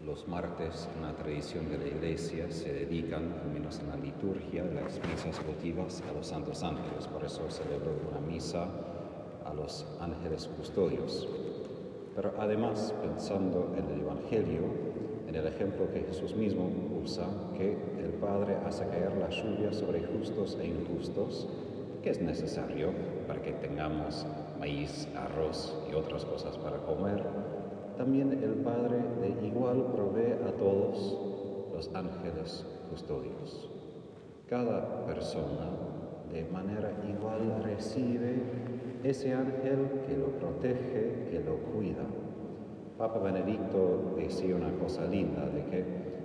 Los martes en la tradición de la Iglesia se dedican, al menos en la liturgia, las misas votivas a los santos ángeles. Por eso celebro una misa a los ángeles custodios. Pero además, pensando en el Evangelio, en el ejemplo que Jesús mismo usa, que el Padre hace caer la lluvia sobre justos e injustos, que es necesario para que tengamos maíz, arroz y otras cosas para comer, también el Padre de igual provee a todos los ángeles custodios. Cada persona de manera igual recibe ese ángel que lo protege, que lo cuida. Papa Benedicto decía una cosa linda, de que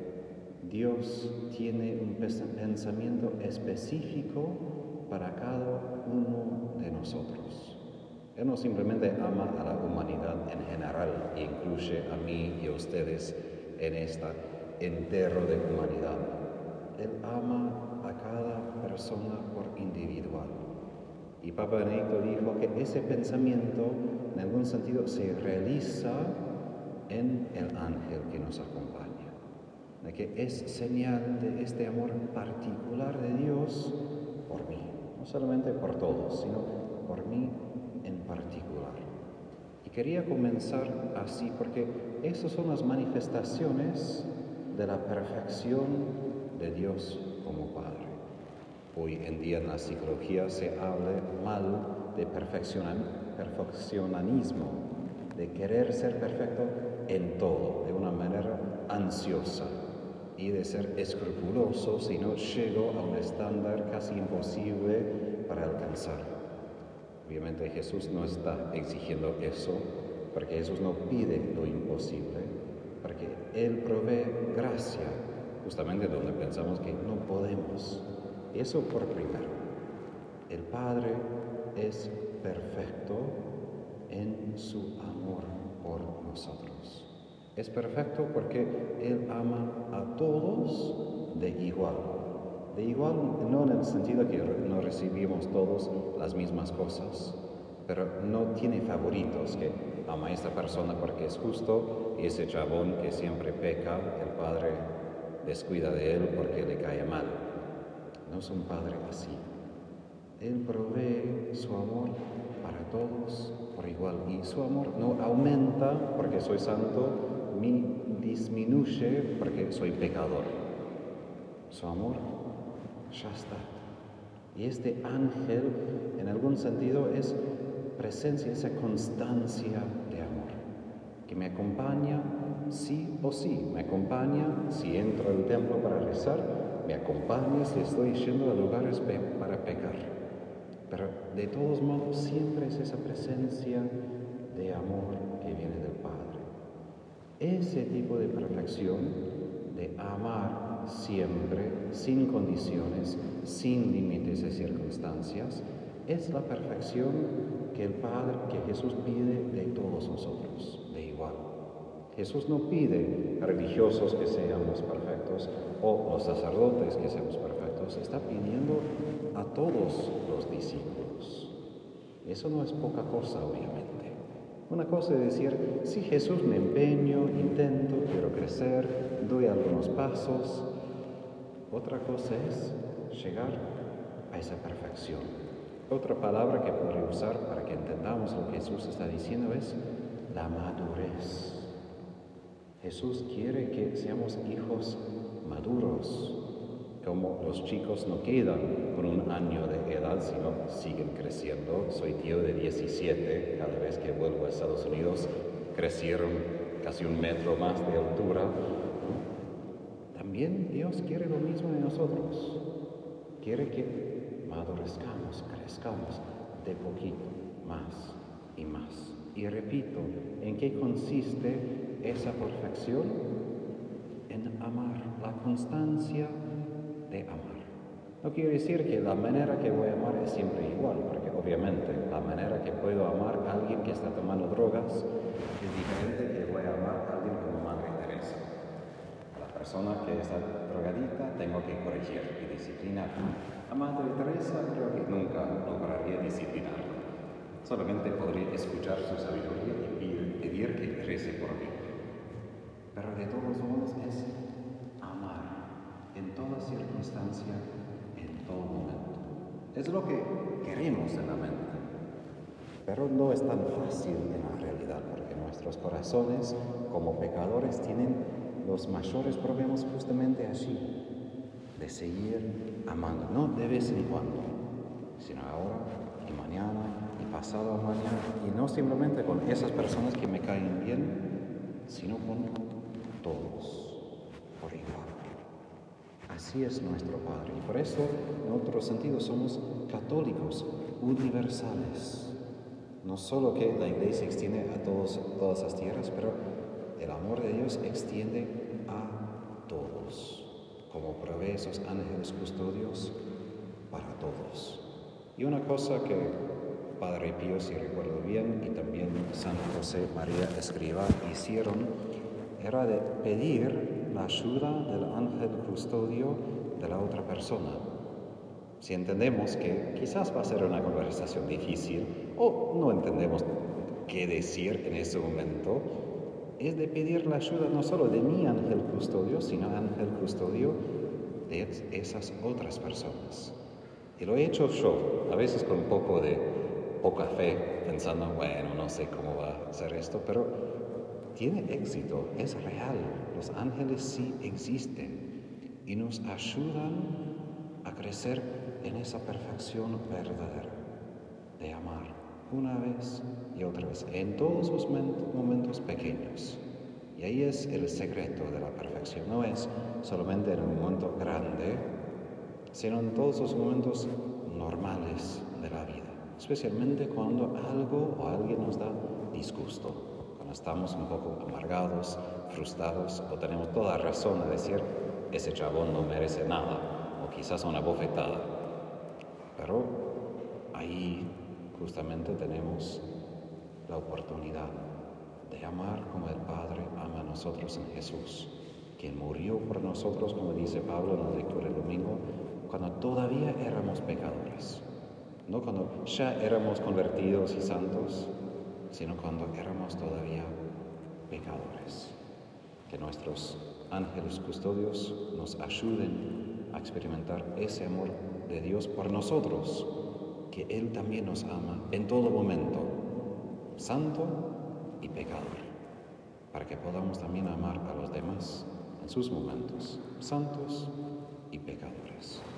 Dios tiene un pensamiento específico para cada uno de nosotros. Él no simplemente ama a la humanidad en general e incluye a mí y a ustedes en este entero de humanidad. Él ama a cada persona por individual. Y Papa Benedicto dijo que ese pensamiento, en algún sentido, se realiza en el ángel que nos acompaña. De que es señal de este amor particular de Dios por mí. No solamente por todos, sino por mí en particular. Y quería comenzar así porque esas son las manifestaciones de la perfección de Dios como Padre. Hoy en día en la psicología se habla mal de perfeccionismo, de querer ser perfecto en todo, de una manera ansiosa, y de ser escrupuloso si no llego a un estándar casi imposible para alcanzar. Obviamente Jesús no está exigiendo eso, porque Jesús no pide lo imposible, porque Él provee gracia, justamente donde pensamos que no podemos. Eso por primero. El Padre es perfecto en su amor por nosotros. Es perfecto porque Él ama a todos de igual. De igual no en el sentido que no recibimos todos las mismas cosas, pero no tiene favoritos, que ama a esta persona porque es justo y ese chabón que siempre peca, el Padre descuida de él porque le cae mal. No es un Padre así. Él provee su amor para todos por igual y su amor no aumenta porque soy santo, ni disminuye porque soy pecador. Su amor ya está. Y este ángel, en algún sentido, es presencia, esa constancia de amor, que me acompaña sí o sí, me acompaña si entro al templo para rezar, me acompaña si estoy yendo a lugares para pecar. Pero de todos modos siempre es esa presencia de amor que viene del Padre. Ese tipo de perfección, de amar siempre, sin condiciones, sin límites de circunstancias, es la perfección que el Padre, que Jesús pide de todos nosotros, de igual. Jesús no pide religiosos que seamos perfectos o los sacerdotes que seamos perfectos, está pidiendo a todos los discípulos. Eso no es poca cosa, obviamente. Una cosa es decir, sí, Jesús, me empeño, intento, quiero crecer, doy algunos pasos. Otra cosa es llegar a esa perfección. Otra palabra que podría usar para que entendamos lo que Jesús está diciendo es la madurez. Jesús quiere que seamos hijos maduros, como los chicos no quedan con un año de edad, sino siguen creciendo. Soy tío de 17, cada vez que vuelvo a Estados Unidos crecieron casi 1 metro más de altura. También Dios quiere lo mismo de nosotros. Quiere que madurezcamos, crezcamos de poquito, más y más. Y repito, ¿en qué consiste esa perfección? En amar, la constancia de amar. No quiere decir que la manera que voy a amar es siempre igual, porque obviamente la manera que puedo amar a alguien que está tomando drogas es diferente que voy a amar a alguien como Madre Teresa. A la persona que está drogadita tengo que corregir y disciplinar. A Madre Teresa creo que nunca lograría disciplinarla. Solamente podría escuchar su sabiduría y pedir que rece por mí. pero de todos modos es amar en toda circunstancia, en todo momento. Es lo que queremos en la mente, pero no es tan fácil en la realidad, porque nuestros corazones, como pecadores, tienen los mayores problemas justamente allí, de seguir amando, no de vez en cuando, sino ahora y mañana y pasado mañana, y no simplemente con esas personas que me caen bien, sino con todos, por igual. Así es nuestro Padre, y por eso, en otro sentido, somos católicos universales. No solo que la Iglesia extiende a todas las tierras, pero el amor de Dios extiende a todos, como provee esos ángeles custodios para todos. Y una cosa que Padre Pío, si recuerdo bien, y también San José María Escrivá hicieron, era de pedir la ayuda del ángel custodio de la otra persona. Si entendemos que quizás va a ser una conversación difícil o no entendemos qué decir en ese momento, es de pedir la ayuda no solo de mi ángel custodio, sino ángel custodio de esas otras personas. Y lo he hecho yo, a veces con un poco de poca fe, pensando, bueno, no sé cómo va a ser esto, pero tiene éxito, es real. Los ángeles sí existen y nos ayudan a crecer en esa perfección verdadera de amar una vez y otra vez, en todos los momentos pequeños. Y ahí es el secreto de la perfección. No es solamente en un momento grande, sino en todos los momentos normales de la vida, especialmente cuando algo o alguien nos da disgusto, cuando estamos un poco amargados, frustrados, o tenemos toda razón de decir, ese chabón no merece nada, o quizás una bofetada. Pero ahí justamente tenemos la oportunidad de amar como el Padre ama a nosotros en Jesús, quien murió por nosotros, como dice Pablo en la lectura del domingo, cuando todavía éramos pecadores, no cuando ya éramos convertidos y santos, sino cuando éramos todavía pecadores. Que nuestros ángeles custodios nos ayuden a experimentar ese amor de Dios por nosotros, que Él también nos ama en todo momento, santo y pecador, para que podamos también amar a los demás en sus momentos, santos y pecadores.